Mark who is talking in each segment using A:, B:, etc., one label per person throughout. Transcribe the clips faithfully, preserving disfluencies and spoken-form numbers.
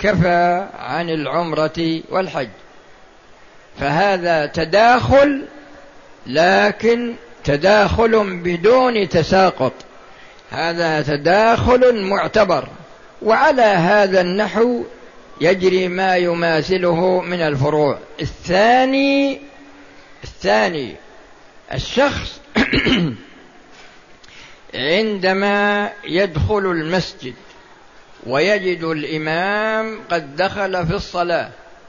A: كفى عن العمرة والحج. فهذا تداخل، لكن تداخل بدون تساقط، هذا تداخل معتبر، وعلى هذا النحو يجري ما يماثله من الفروع. الثاني الثاني الشخص عندما يدخل المسجد ويجد الإمام قد دخل في الصلاة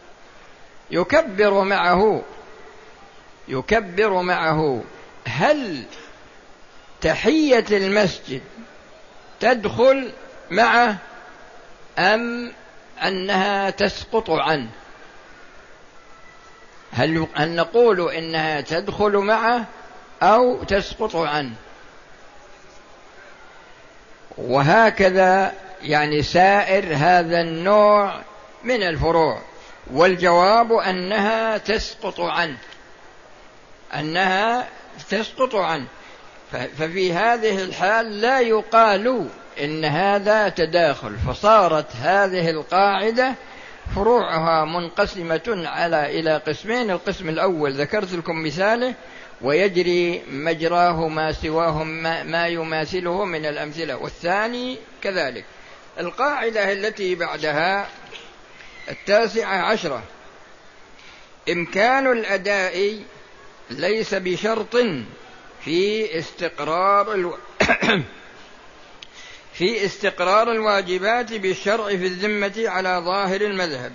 A: يكبر معه يكبر معه هل تحية المسجد تدخل معه أم أنها تسقط عنه؟ هل أن نقول إنها تدخل معه أو تسقط عنه؟ وهكذا يعني سائر هذا النوع من الفروع. والجواب أنها تسقط عنه أنها تسقط عنه ففي هذه الحال لا يقال إن هذا تداخل. فصارت هذه القاعدة فروعها منقسمة على إلى قسمين. القسم الأول ذكرت لكم مثاله، ويجري مجراه ما سواه ما يماثله من الأمثلة. والثاني كذلك. القاعدة التي بعدها التاسعة عشرة: إمكان الأداء ليس بشرط في استقرار الو... في استقرار الواجبات بالشرع في الذمة على ظاهر المذهب.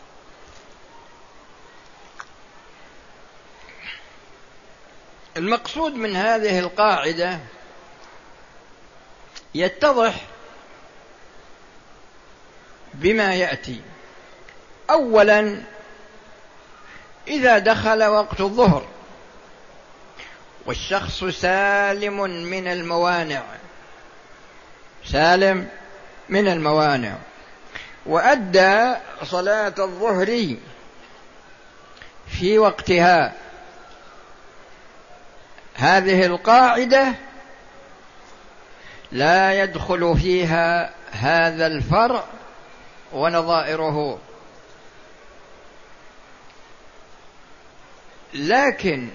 A: المقصود من هذه القاعدة يتضح بما يأتي. أولا، إذا دخل وقت الظهر والشخص سالم من الموانع سالم من الموانع وأدى صلاة الظهر في وقتها، هذه القاعدة لا يدخل فيها هذا الفرع ونظائره. لكن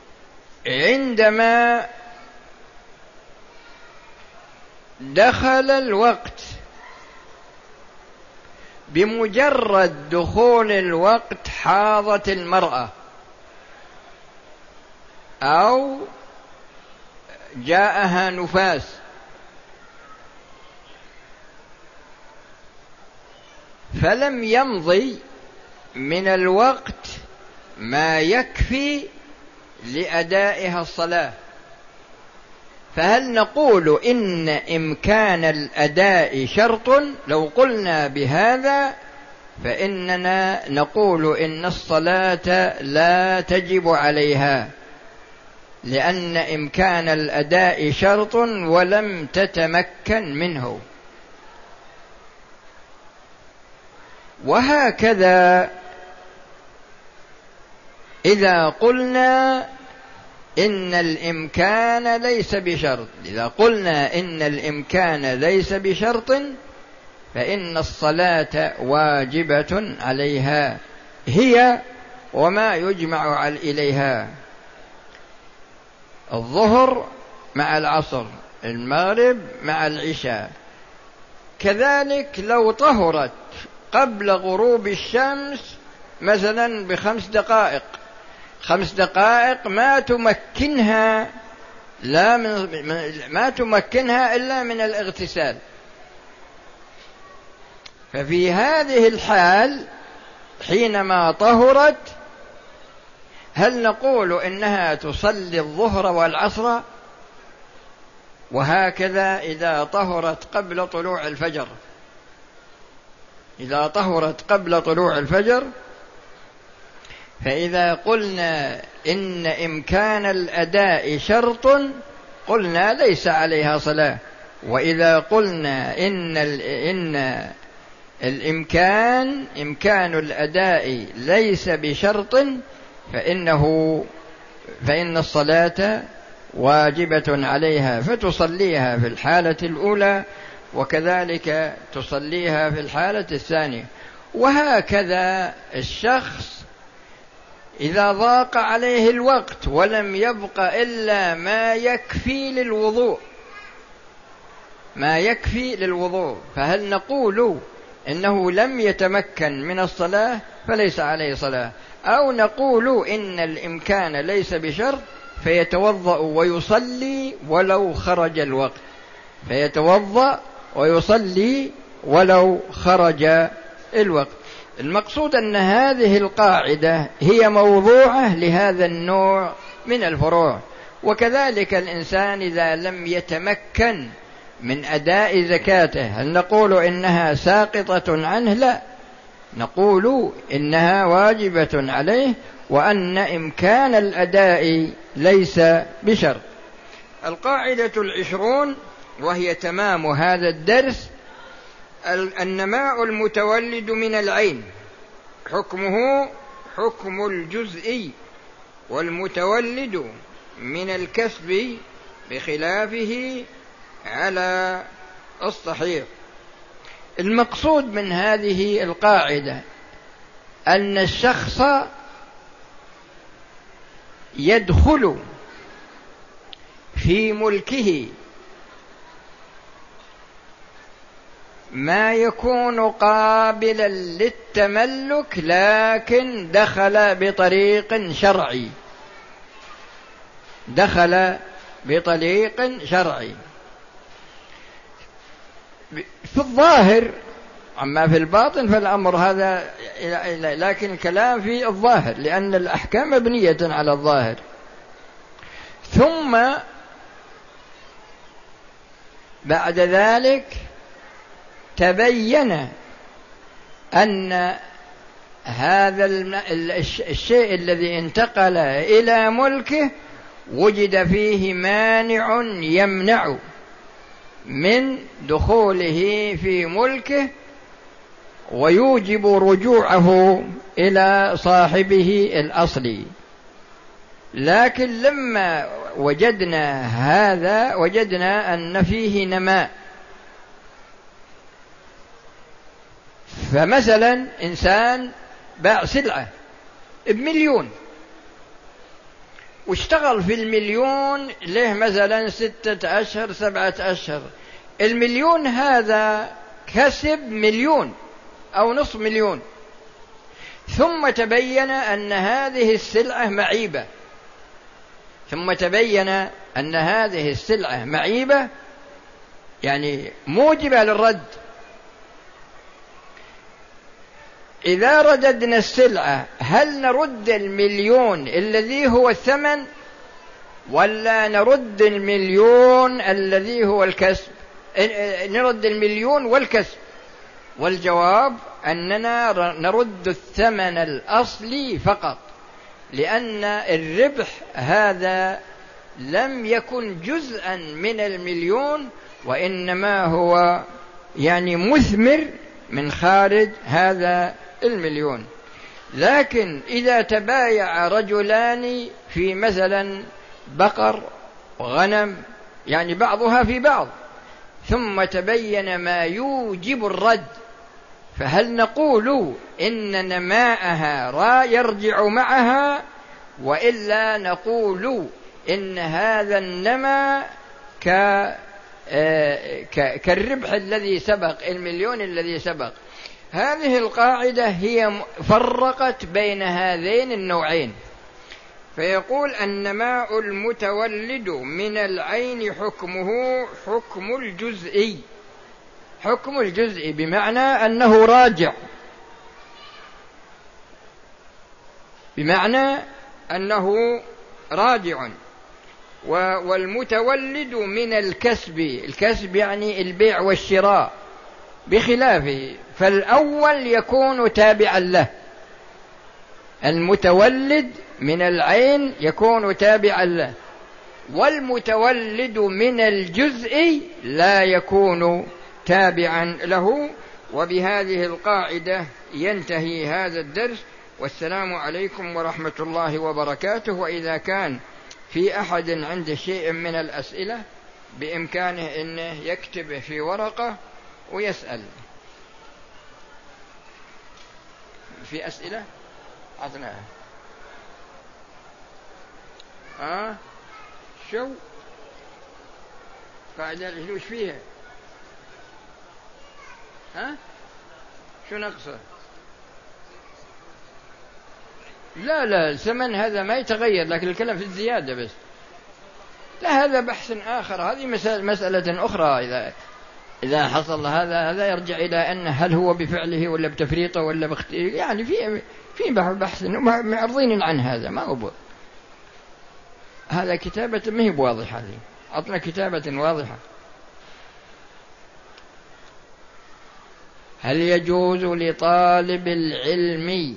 A: عندما دخل الوقت بمجرد دخول الوقت حاضت المرأة أو جاءها نفاس فلم يمضي من الوقت ما يكفي لأدائها الصلاة، فهل نقول إن إمكان الأداء شرط؟ لو قلنا بهذا فإننا نقول إن الصلاة لا تجب عليها، لأن إمكان الأداء شرط ولم تتمكن منه. وهكذا إذا قلنا إن الإمكان ليس بشرط إذا قلنا إن الإمكان ليس بشرط فإن الصلاة واجبة عليها، هي وما يجمع إليها: الظهر مع العصر، المغرب مع العشاء. كذلك لو طهرت قبل غروب الشمس مثلا بخمس دقائق خمس دقائق ما تمكنها لا من ما تمكنها إلا من الاغتسال، ففي هذه الحال حينما طهرت هل نقول إنها تصلي الظهر والعصر؟ وهكذا إذا طهرت قبل طلوع الفجر إذا طهرت قبل طلوع الفجر فإذا قلنا إن إمكان الأداء شرط قلنا ليس عليها صلاة. وإذا قلنا إن إن الإمكان إمكان الأداء ليس بشرط فإنه فإن الصلاة واجبة عليها، فتصليها في الحالة الأولى وكذلك تصليها في الحالة الثانية. وهكذا الشخص إذا ضاق عليه الوقت ولم يبق إلا ما يكفي للوضوء ما يكفي للوضوء فهل نقول إنه لم يتمكن من الصلاة فليس عليه صلاة، أو نقول إن الإمكان ليس بشرط فيتوضأ ويصلي ولو خرج الوقت فيتوضأ ويصلي ولو خرج الوقت؟ المقصود أن هذه القاعدة هي موضوعة لهذا النوع من الفروع. وكذلك الإنسان إذا لم يتمكن من أداء زكاته هل نقول إنها ساقطة عنه؟ لا، نقول إنها واجبة عليه، وأن إمكان الأداء ليس بشرط. القاعدة العشرون وهي تمام هذا الدرس: النماء المتولد من العين حكمه حكم الجزء، والمتولد من الكسب بخلافه على الصحيح. المقصود من هذه القاعدة أن الشخص يدخل في ملكه ما يكون قابلا للتملك لكن دخل بطريق شرعي دخل بطريق شرعي في الظاهر. أما في الباطن فالأمر هذا، لكن الكلام في الظاهر لأن الأحكام مبنية على الظاهر. ثم بعد ذلك تبين أن هذا الشيء الذي انتقل إلى ملكه وجد فيه مانع يمنع من دخوله في ملكه ويوجب رجوعه إلى صاحبه الأصلي. لكن لما وجدنا هذا وجدنا أن فيه نماء. فمثلا إنسان باع سلعة بمليون واشتغل في المليون له مثلا ستة أشهر سبعة أشهر، المليون هذا كسب مليون أو نصف مليون، ثم تبين أن هذه السلعة معيبة ثم تبين أن هذه السلعة معيبة يعني موجبة للرد. إذا رددنا السلعة هل نرد المليون الذي هو الثمن ولا نرد المليون الذي هو الكسب؟ نرد المليون والكسب. والجواب أننا نرد الثمن الأصلي فقط، لأن الربح هذا لم يكن جزءا من المليون وإنما هو يعني مثمر من خارج هذا المليون. لكن إذا تبايع رجلان في مثلا بقر وغنم يعني بعضها في بعض ثم تبين ما يوجب الرد، فهل نقول إن نماءها يرجع معها وإلا نقول إن هذا النماء ك كالربح الذي سبق المليون الذي سبق؟ هذه القاعدة هي فرقت بين هذين النوعين، فيقول النماء المتولد من العين حكمه حكم الجزء. حكم الجزء بمعنى أنه راجع، بمعنى أنه راجع. والمتولد من الكسب، الكسب يعني البيع والشراء بخلافه، فالأول يكون تابعا له، المتولد من العين يكون تابعا له، والمتولد من الجزء لا يكون تابعا له. وبهذه القاعدة ينتهي هذا الدرس، والسلام عليكم ورحمة الله وبركاته. وإذا كان في أحد عنده شيء من الأسئلة بإمكانه أنه يكتب في ورقة ويسأل. في أسئلة عطناها. ها أه؟ شو قاعدة الجلوس فيها؟ ها شو نقصه؟ لا لا الثمن هذا ما يتغير، لكن الكلام في الزيادة بس. لا هذا بحث آخر، هذه مسألة أخرى. إذا إذا حصل هذا هذا يرجع إلى أن هل هو بفعله ولا بتفريطه ولا بخت... يعني في في بحث معرضين عن هذا. ما هو هذا كتابة ما هي بواضحة، هذه أعطنا كتابة واضحة. هل يجوز لطالب العلم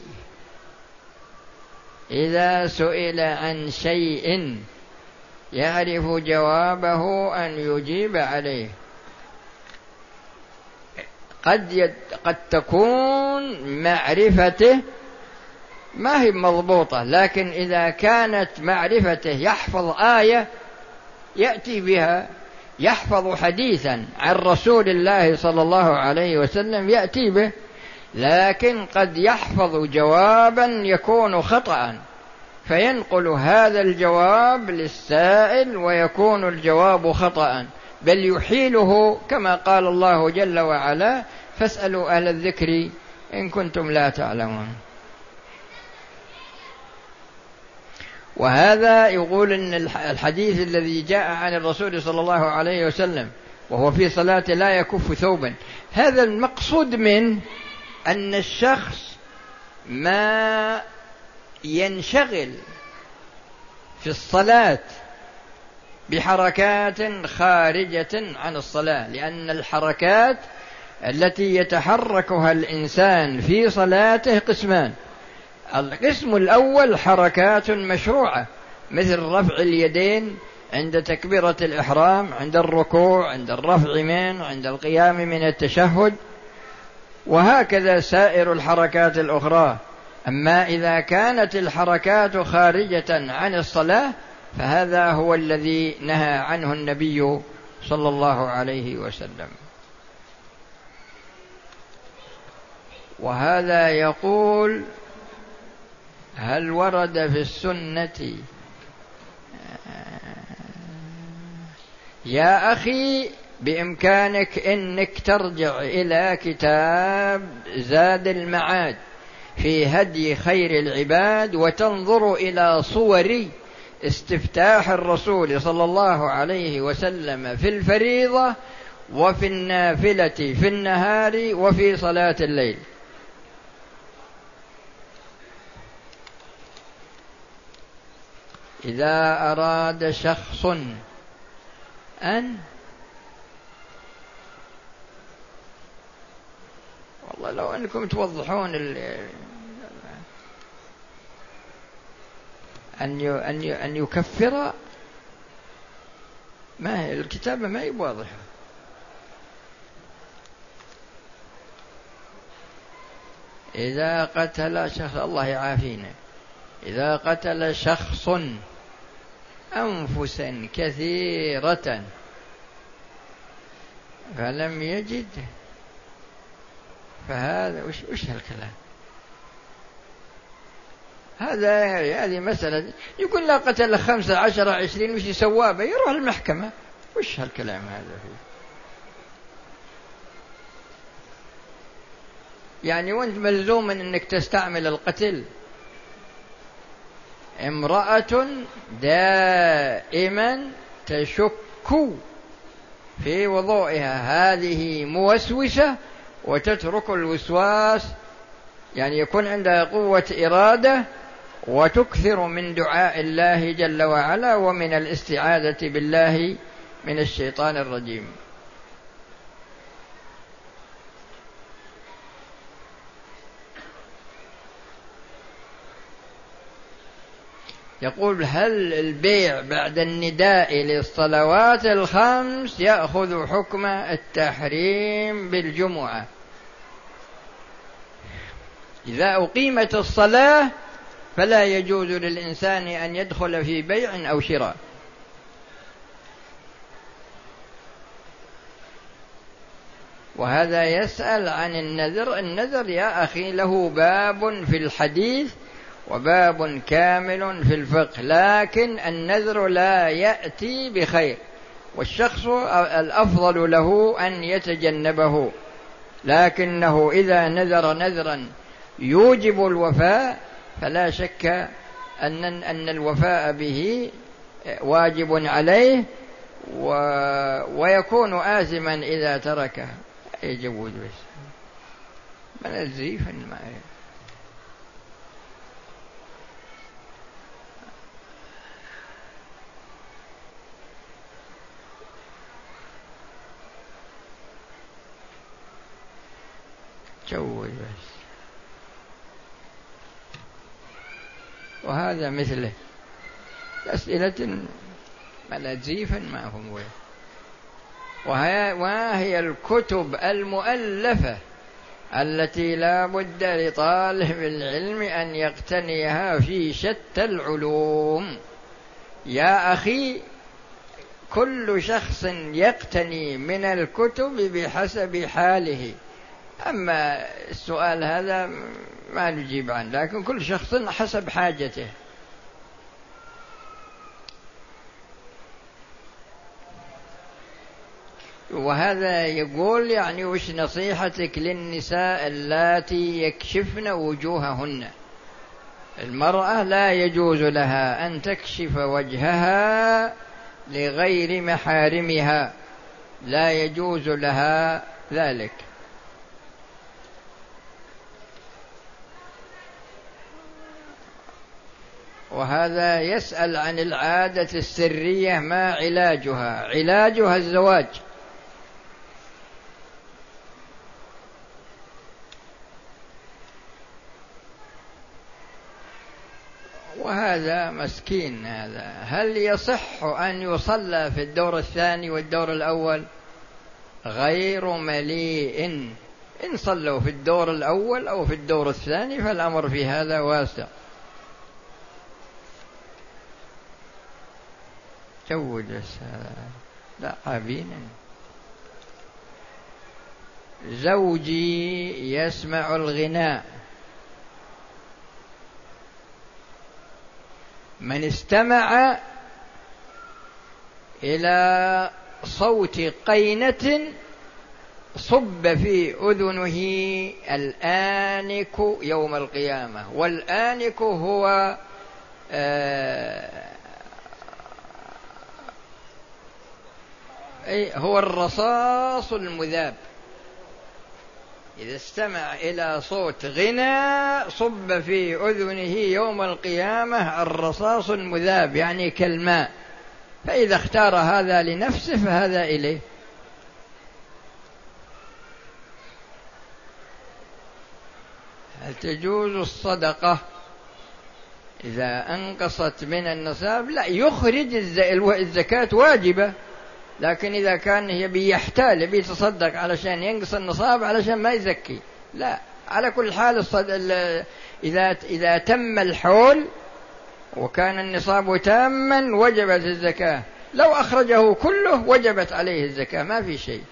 A: إذا سئل عن شيء يعرف جوابه أن يجيب عليه؟ قد يد... قد تكون معرفته ما هي مضبوطة، لكن إذا كانت معرفته يحفظ آية يأتي بها، يحفظ حديثا عن رسول الله صلى الله عليه وسلم يأتي به، لكن قد يحفظ جوابا يكون خطأ فينقل هذا الجواب للسائل ويكون الجواب خطأ، بل يحيله كما قال الله جل وعلا: فاسألوا أهل الذكر إن كنتم لا تعلمون. وهذا يقول أن الحديث الذي جاء عن الرسول صلى الله عليه وسلم وهو في صلاة لا يكف ثوبا، هذا المقصود منه أن الشخص ما ينشغل في الصلاة بحركات خارجة عن الصلاة، لأن الحركات التي يتحركها الإنسان في صلاته قسمان. القسم الأول حركات مشروعة مثل رفع اليدين عند تكبيرة الإحرام، عند الركوع، عند الرفع من عند القيام من التشهد، وهكذا سائر الحركات الأخرى. أما إذا كانت الحركات خارجة عن الصلاة فهذا هو الذي نهى عنه النبي صلى الله عليه وسلم. وهذا يقول: هل ورد في السنة يا أخي بإمكانك أنك ترجع إلى كتاب زاد المعاد في هدي خير العباد وتنظر إلى صور استفتاح الرسول صلى الله عليه وسلم في الفريضة وفي النافلة في النهار وفي صلاة الليل. إذا أراد شخص أن والله لو أنكم توضحون ال... أن ي... أن ي... أن يكفر، ما هي الكتابة ما هي واضحة. إذا قتل شخص، الله يعافينا، إذا قتل شخص أنفسا كثيرة فلم يجد، فهذا وش وش هالكلام هذا؟ هذه مسألة يقول لا قتل خمسة عشر عشرين وش يسوى؟ يروح المحكمة. وش هالكلام هذا فيه؟ يعني وانت ملزوم انك تستعمل القتل. امرأة دائما تشك في وضوئها، هذه موسوسة وتترك الوسواس، يعني يكون عندها قوة إرادة وتكثر من دعاء الله جل وعلا ومن الاستعاذة بالله من الشيطان الرجيم. يقول: هل البيع بعد النداء للصلوات الخمس يأخذ حكم التحريم بالجمعة؟ إذا أقيمت الصلاة فلا يجوز للإنسان أن يدخل في بيع أو شراء. وهذا يسأل عن النذر. النذر يا أخي له باب في الحديث وباب كامل في الفقه، لكن النذر لا يأتي بخير، والشخص الأفضل له أن يتجنبه، لكنه إذا نذر نذرا يوجب الوفاء فلا شك أن أن الوفاء به واجب عليه، و... ويكون آثما إذا تركه. يجوز بس من الزيف ما جوز بس. وهذا مثله أسئلة ملازيفا ما هم وين. وهي الكتب المؤلفة التي لا بد لطالب العلم أن يقتنيها في شتى العلوم. يا أخي كل شخص يقتني من الكتب بحسب حاله، أما السؤال هذا ما نجيب عنه، لكن كل شخص حسب حاجته. وهذا يقول يعني وش نصيحتك للنساء اللاتي يكشفن وجوههن؟ المرأة لا يجوز لها أن تكشف وجهها لغير محارمها، لا يجوز لها ذلك. وهذا يسأل عن العادة السرية ما علاجها؟ علاجها الزواج. وهذا مسكين هذا. هل يصح أن يصلى في الدور الثاني والدور الأول؟ غير مليء. إن صلوا في الدور الأول أو في الدور الثاني فالأمر في هذا واسع. جود لا عابين. زوجي يسمع الغناء، من استمع إلى صوت قينة صب في أذنه الآنك يوم القيامة. والآنك هو آه هو الرصاص المذاب. إذا استمع إلى صوت غنى صب في أذنه يوم القيامة الرصاص المذاب، يعني كالماء. فإذا اختار هذا لنفسه فهذا إليه. هل تجوز الصدقة إذا أنقصت من النصاب؟ لا، يخرج الزكاة واجبة، لكن إذا كان يبي يحتال يبي يتصدق علشان ينقص النصاب علشان ما يزكي، لا. على كل حال إذا إذا تم الحول وكان النصاب تاما وجبت الزكاة، لو أخرجه كله وجبت عليه الزكاة، ما في شيء.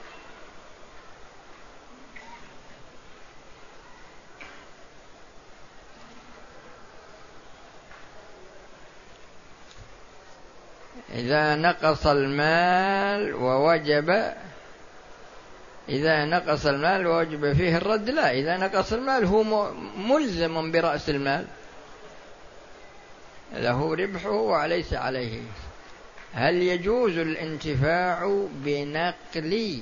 A: إذا نقص المال ووجب إذا نقص المال ووجب فيه الرد، لا. إذا نقص المال هو ملزم برأس المال، له ربحه وليس عليه. هل يجوز الانتفاع بنقل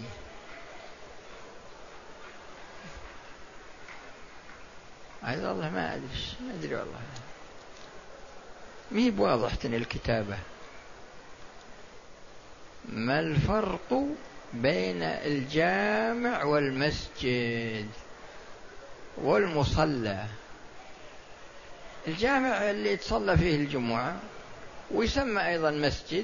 A: هذا؟ والله ما أدري ما أدري والله مي بواضحة الكتابة. ما الفرق بين الجامع والمسجد والمصلى؟ الجامع اللي يتصلى فيه الجمعة، ويسمى أيضا مسجد.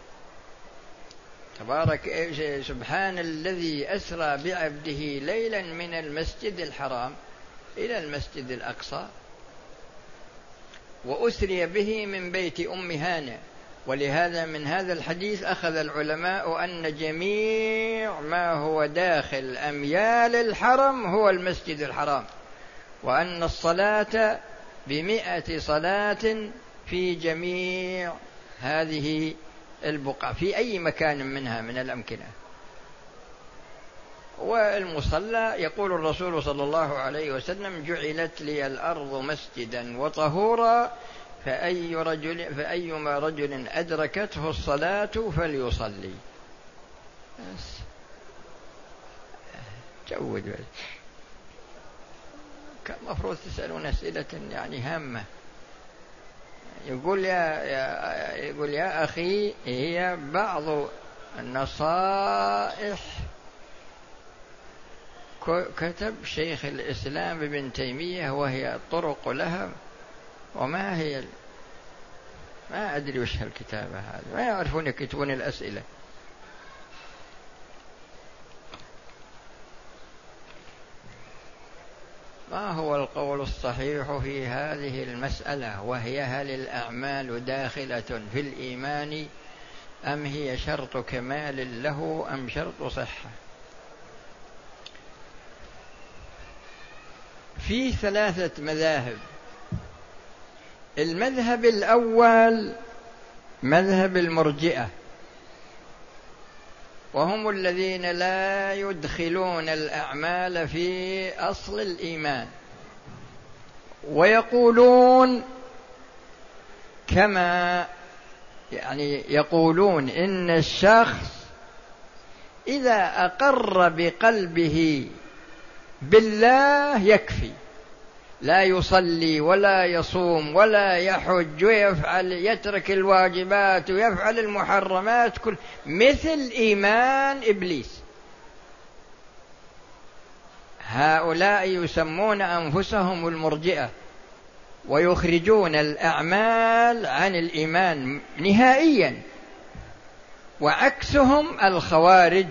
A: تبارك سبحان الذي أسرى بعبده ليلا من المسجد الحرام إلى المسجد الأقصى وأسري به من بيت أم هانئ ولهذا من هذا الحديث أخذ العلماء أن جميع ما هو داخل أميال الحرم هو المسجد الحرام، وأن الصلاة بمئة صلاة في جميع هذه البقعة في أي مكان منها من الأمكنة. والمصلى يقول الرسول صلى الله عليه وسلم: جعلت لي الأرض مسجدا وطهورا فأي رجل فأيما رجل أدركته الصلاة فليصلي. جود كان مفروض تسألون أسئلة يعني هامة. يقول يا, يا يقول يا أخي هي بعض النصائح كتب شيخ الإسلام ابن تيمية وهي طرق لها، وما هي ما أدري وش هالكتابة هذه، ما يعرفون يكتبون الأسئلة. ما هو القول الصحيح في هذه المسألة، وهي هل الأعمال داخلة في الإيمان أم هي شرط كمال له أم شرط صحة؟ في ثلاثة مذاهب. المذهب الأول مذهب المرجئة، وهم الذين لا يدخلون الأعمال في أصل الإيمان، ويقولون كما يعني يقولون إن الشخص إذا أقر بقلبه بالله يكفي، لا يصلي ولا يصوم ولا يحج ويفعل يترك الواجبات ويفعل المحرمات كل مثل إيمان إبليس. هؤلاء يسمون أنفسهم المرجئة، ويخرجون الأعمال عن الإيمان نهائيا، وعكسهم الخوارج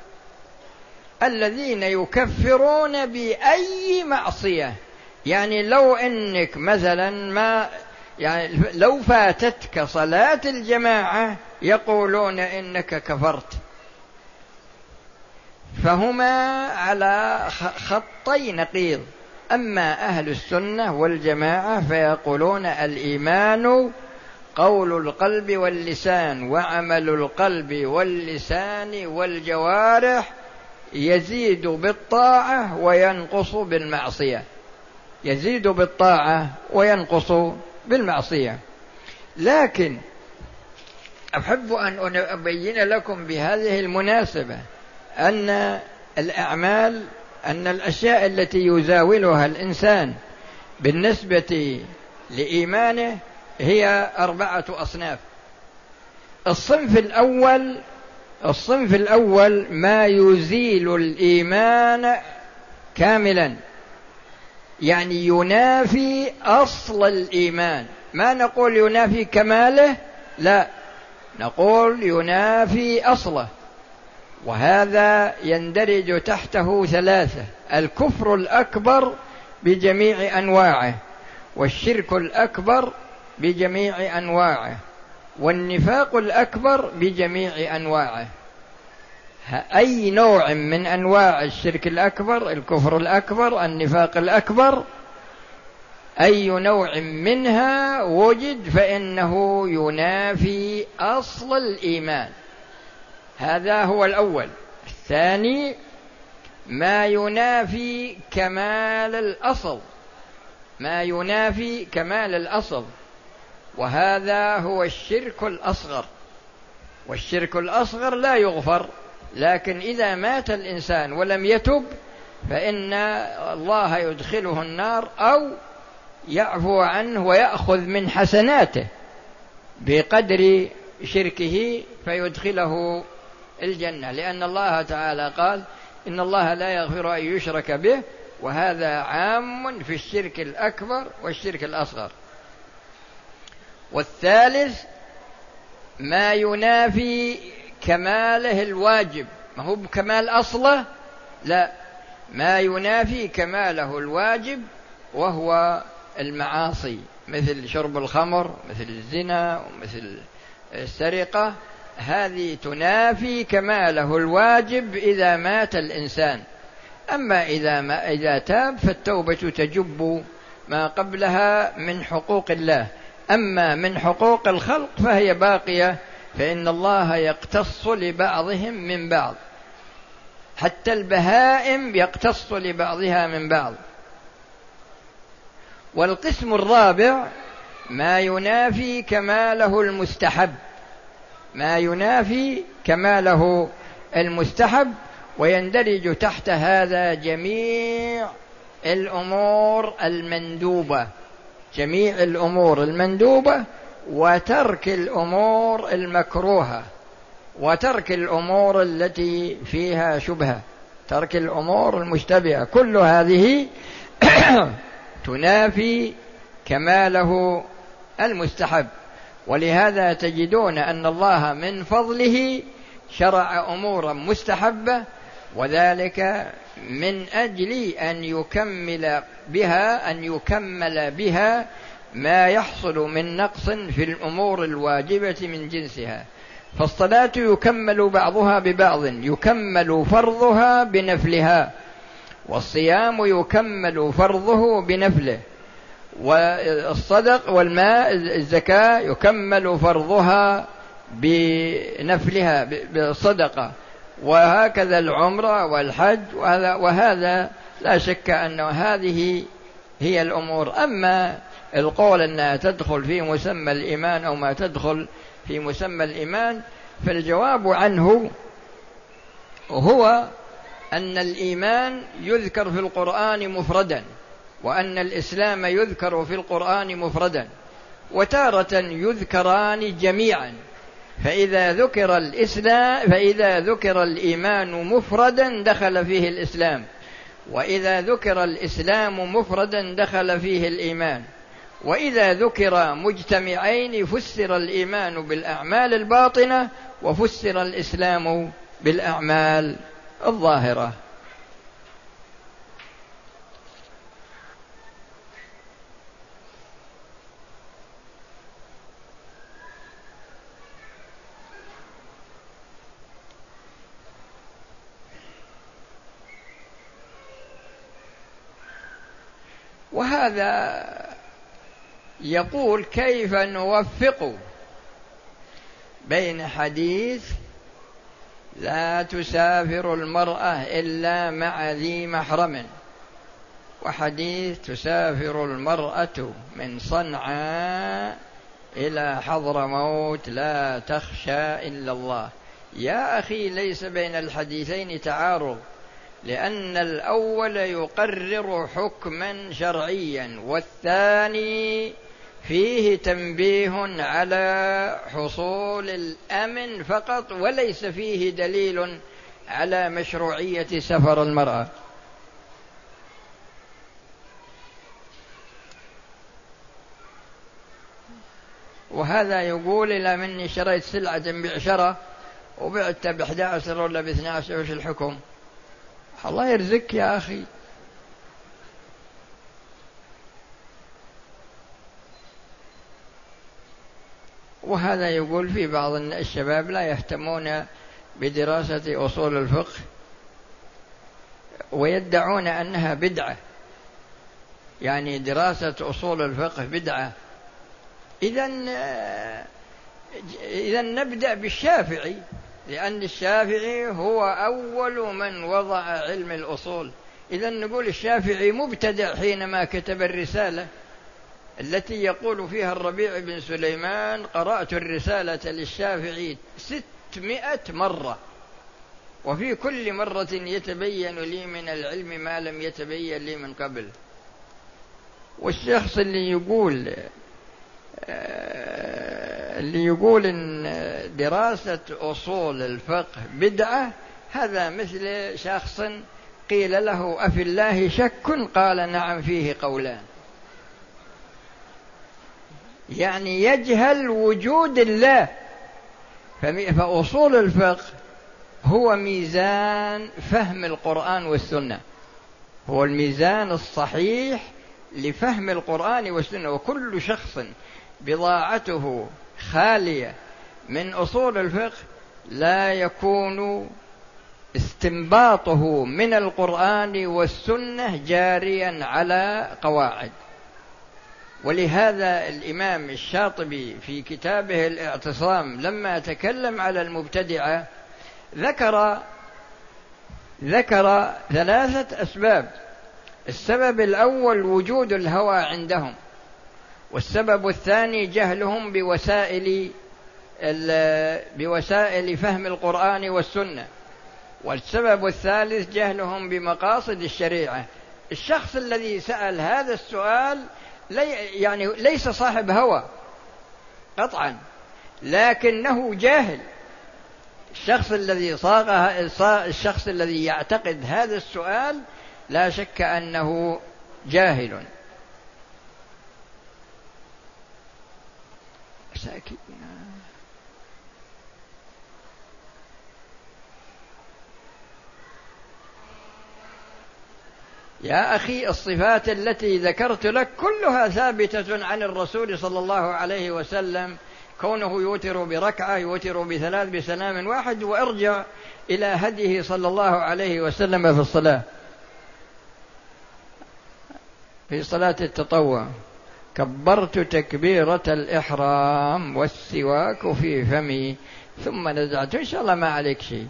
A: الذين يكفرون بأي معصية. يعني لو إنك مثلا ما يعني لو فاتتك صلاة الجماعة يقولون إنك كفرت. فهما على خطي نقيض. أما أهل السنة والجماعة فيقولون الإيمان قول القلب واللسان، وعمل القلب واللسان والجوارح يزيد بالطاعة وينقص بالمعصية، يزيد بالطاعة وينقص بالمعصية. لكن أحب أن أبين لكم بهذه المناسبة أن الأعمال أن الأشياء التي يزاولها الإنسان بالنسبة لإيمانه هي أربعة أصناف. الصنف الأول الصنف الأول ما يزيل الإيمان كاملا، يعني ينافي أصل الإيمان. ما نقول ينافي كماله، لا، نقول ينافي أصله. وهذا يندرج تحته ثلاثة: الكفر الأكبر بجميع أنواعه، والشرك الأكبر بجميع أنواعه، والنفاق الأكبر بجميع أنواعه. أي نوع من أنواع الشرك الأكبر، الكفر الأكبر، النفاق الأكبر، أي نوع منها وجد فإنه ينافي أصل الإيمان. هذا هو الأول. الثاني ما ينافي كمال الأصل، ما ينافي كمال الأصل، وهذا هو الشرك الأصغر. والشرك الأصغر لا يغفر، لكن إذا مات الإنسان ولم يتب فإن الله يدخله النار أو يعفو عنه ويأخذ من حسناته بقدر شركه فيدخله الجنة، لأن الله تعالى قال إن الله لا يغفر أن يشرك به، وهذا عام في الشرك الأكبر والشرك الأصغر. والثالث ما ينافي كماله الواجب، ما هو بكمال أصله، لا، ما ينافي كماله الواجب، وهو المعاصي مثل شرب الخمر، مثل الزنا، ومثل السرقة هذه تنافي كماله الواجب إذا مات الإنسان. أما إذا ما إذا تاب فالتوبة تجب ما قبلها من حقوق الله. أما من حقوق الخلق فهي باقية، فإن الله يقتص لبعضهم من بعض، حتى البهائم يقتص لبعضها من بعض. والقسم الرابع ما ينافي كماله المستحب، ما ينافي كماله المستحب، ويندرج تحت هذا جميع الأمور المندوبة، جميع الأمور المندوبة، وترك الأمور المكروهة، وترك الأمور التي فيها شبهة، ترك الأمور المشتبهة، كل هذه تنافي كماله المستحب. ولهذا تجدون أن الله من فضله شرع أمورا مستحبة، وذلك من أجل أن يكمل بها أن يكمل بها ما يحصل من نقص في الأمور الواجبة من جنسها. فالصلاة يكمل بعضها ببعض، يكمل فرضها بنفلها، والصيام يكمل فرضه بنفله، والصدق والماء الزكاة يكمل فرضها بنفلها بالصدقة، وهكذا العمرة والحج، وهذا, وهذا لا شك أن هذه هي الأمور. أما القول أنها تدخل في مسمى الإيمان أو ما تدخل في مسمى الإيمان، فالجواب عنه هو أن الإيمان يذكر في القرآن مفردا، وأن الإسلام يذكر في القرآن مفردا، وتارة يذكران جميعا. فإذا ذكر الإسلام فإذا ذكر الإيمان مفردا دخل فيه الإسلام، وإذا ذكر الإسلام مفردا دخل فيه الإيمان، وإذا ذكر مجتمعين فسر الإيمان بالأعمال الباطنة وفسر الإسلام بالأعمال الظاهرة. وهذا يقول كيف نوفق بين حديث لا تسافر المرأة إلا مع ذي محرم، وحديث تسافر المرأة من صنعاء إلى حضرموت لا تخشى إلا الله. يا أخي ليس بين الحديثين تعارض، لأن الأول يقرر حكما شرعيا، والثاني فيه تنبيه على حصول الأمن فقط، وليس فيه دليل على مشروعية سفر المرأة. وهذا يقول إلى مني شريت سلعة بعشرة وبعتها بإحدى عشر ولا باثنى عشر، وش الحكم؟ الله يرزقك يا أخي. وهذا يقول في بعض الشباب لا يهتمون بدراسة أصول الفقه ويدعون أنها بدعة، يعني دراسة أصول الفقه بدعة. إذن إذن نبدأ بالشافعي، لأن الشافعي هو أول من وضع علم الأصول. إذن نقول الشافعي مبتدع حينما كتب الرسالة التي يقول فيها الربيع بن سليمان قرأت الرسالة للشافعي ستمائة مرة، وفي كل مرة يتبين لي من العلم ما لم يتبين لي من قبل. والشخص اللي يقول اللي يقول إن دراسة أصول الفقه بدعة، هذا مثل شخص قيل له أفي الله شك؟ قال نعم فيه قولان، يعني يجهل وجود الله. فأصول الفقه هو ميزان فهم القرآن والسنة، هو الميزان الصحيح لفهم القرآن والسنة. وكل شخص بضاعته خالية من أصول الفقه لا يكون استنباطه من القرآن والسنة جاريا على قواعد. ولهذا الإمام الشاطبي في كتابه الاعتصام لما تكلم على المبتدعة ذكر ذكر ثلاثة أسباب. السبب الأول وجود الهوى عندهم، والسبب الثاني جهلهم بوسائل بوسائل فهم القرآن والسنة، والسبب الثالث جهلهم بمقاصد الشريعة. الشخص الذي سأل هذا السؤال لي يعني ليس صاحب هوى قطعا، لكنه جاهل. الشخص الذي صاغها الشخص الذي يعتقد هذا السؤال لا شك أنه جاهل. ساكت. يا أخي الصفات التي ذكرت لك كلها ثابتة عن الرسول صلى الله عليه وسلم، كونه يوتر بركعة، يوتر بثلاث، بسلام واحد. وارجع إلى هديه صلى الله عليه وسلم في الصلاة، في صلاة التطوع: كبرت تكبيرة الإحرام والسواك في فمي ثم نزعت. إن شاء الله ما عليك شيء.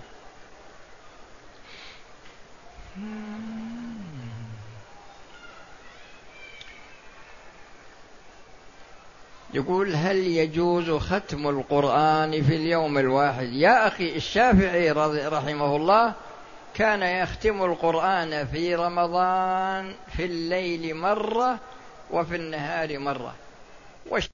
A: يقول: هل يجوز ختم القرآن في اليوم الواحد؟ يا أخي الشافعي رحمه الله كان يختم القرآن في رمضان في الليل مرة وفي النهار مرة.